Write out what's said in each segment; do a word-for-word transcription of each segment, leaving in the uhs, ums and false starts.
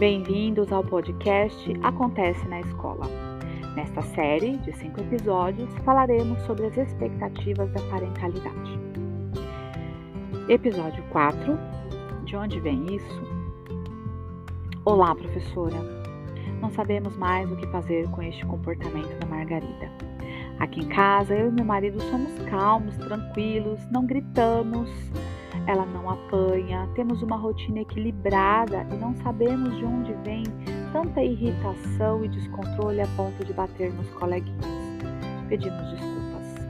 Bem-vindos ao podcast Acontece na Escola. Nesta série de cinco episódios, falaremos sobre as expectativas da parentalidade. Episódio quatro. De onde vem isso? Olá, professora. Não sabemos mais o que fazer com este comportamento da Margarida. Aqui em casa, eu e meu marido somos calmos, tranquilos, não gritamos, ela não apanha, temos uma rotina equilibrada e não sabemos de onde vem tanta irritação e descontrole a ponto de bater nos coleguinhas. Pedimos desculpas.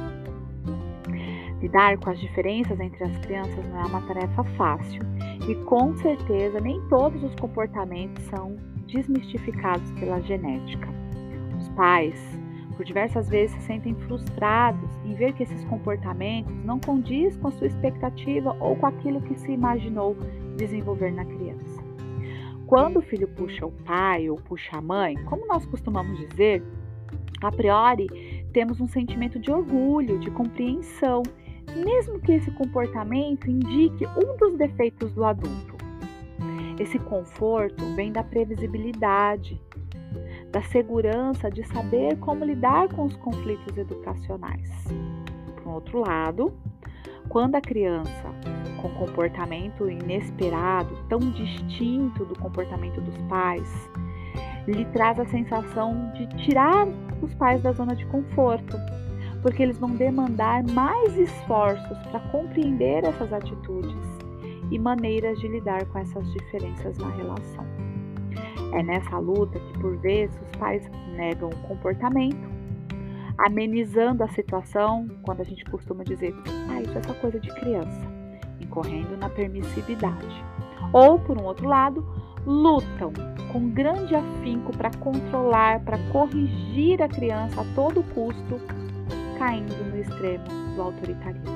Lidar com as diferenças entre as crianças não é uma tarefa fácil e com certeza nem todos os comportamentos são desmistificados pela genética. Os pais, por diversas vezes, se sentem frustrados em ver que esses comportamentos não condiz com a sua expectativa ou com aquilo que se imaginou desenvolver na criança. Quando o filho puxa o pai ou puxa a mãe, como nós costumamos dizer, a priori temos um sentimento de orgulho, de compreensão, mesmo que esse comportamento indique um dos defeitos do adulto. Esse conforto vem da previsibilidade, da segurança de saber como lidar com os conflitos educacionais. Por outro lado, quando a criança, com comportamento inesperado, tão distinto do comportamento dos pais, lhe traz a sensação de tirar os pais da zona de conforto, porque eles vão demandar mais esforços para compreender essas atitudes e maneiras de lidar com essas diferenças na relação. É nessa luta que, por vezes, os pais negam o comportamento, amenizando a situação, quando a gente costuma dizer, ah, isso é só coisa de criança, incorrendo na permissividade. Ou, por um outro lado, lutam com grande afinco para controlar, para corrigir a criança a todo custo, caindo no extremo do autoritarismo.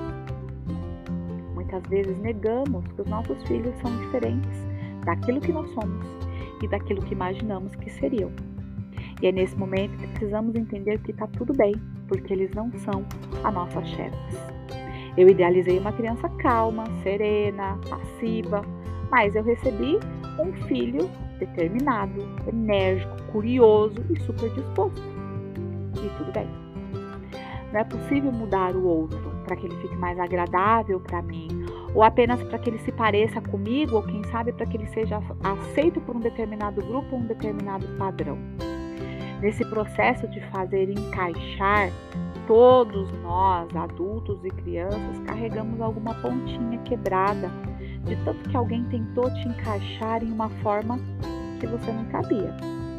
Muitas vezes negamos que os nossos filhos são diferentes daquilo que nós somos e daquilo que imaginamos que seriam. E é nesse momento que precisamos entender que está tudo bem, porque eles não são a nossa Xerox. Eu idealizei uma criança calma, serena, passiva, mas eu recebi um filho determinado, enérgico, curioso e super disposto. E tudo bem. Não é possível mudar o outro para que ele fique mais agradável para mim, ou apenas para que ele se pareça comigo, ou quem sabe para que ele seja aceito por um determinado grupo ou um determinado padrão. Nesse processo de fazer encaixar, todos nós, adultos e crianças, carregamos alguma pontinha quebrada, de tanto que alguém tentou te encaixar em uma forma que você não cabia.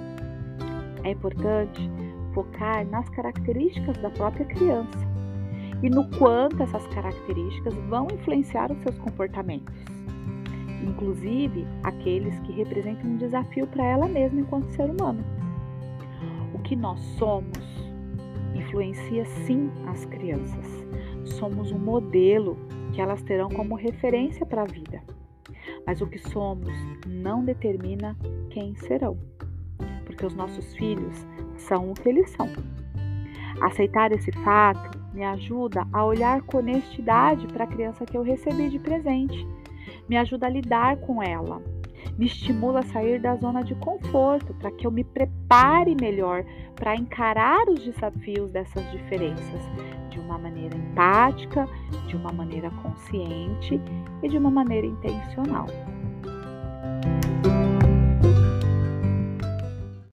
É importante focar nas características da própria criança e no quanto essas características vão influenciar os seus comportamentos, inclusive aqueles que representam um desafio para ela mesma enquanto ser humano. O que nós somos influencia sim as crianças. Somos um modelo que elas terão como referência para a vida, mas o que somos não determina quem serão, porque os nossos filhos são o que eles são. Aceitar esse fato me ajuda a olhar com honestidade para a criança que eu recebi de presente, me ajuda a lidar com ela, me estimula a sair da zona de conforto para que eu me prepare melhor para encarar os desafios dessas diferenças de uma maneira empática, de uma maneira consciente e de uma maneira intencional.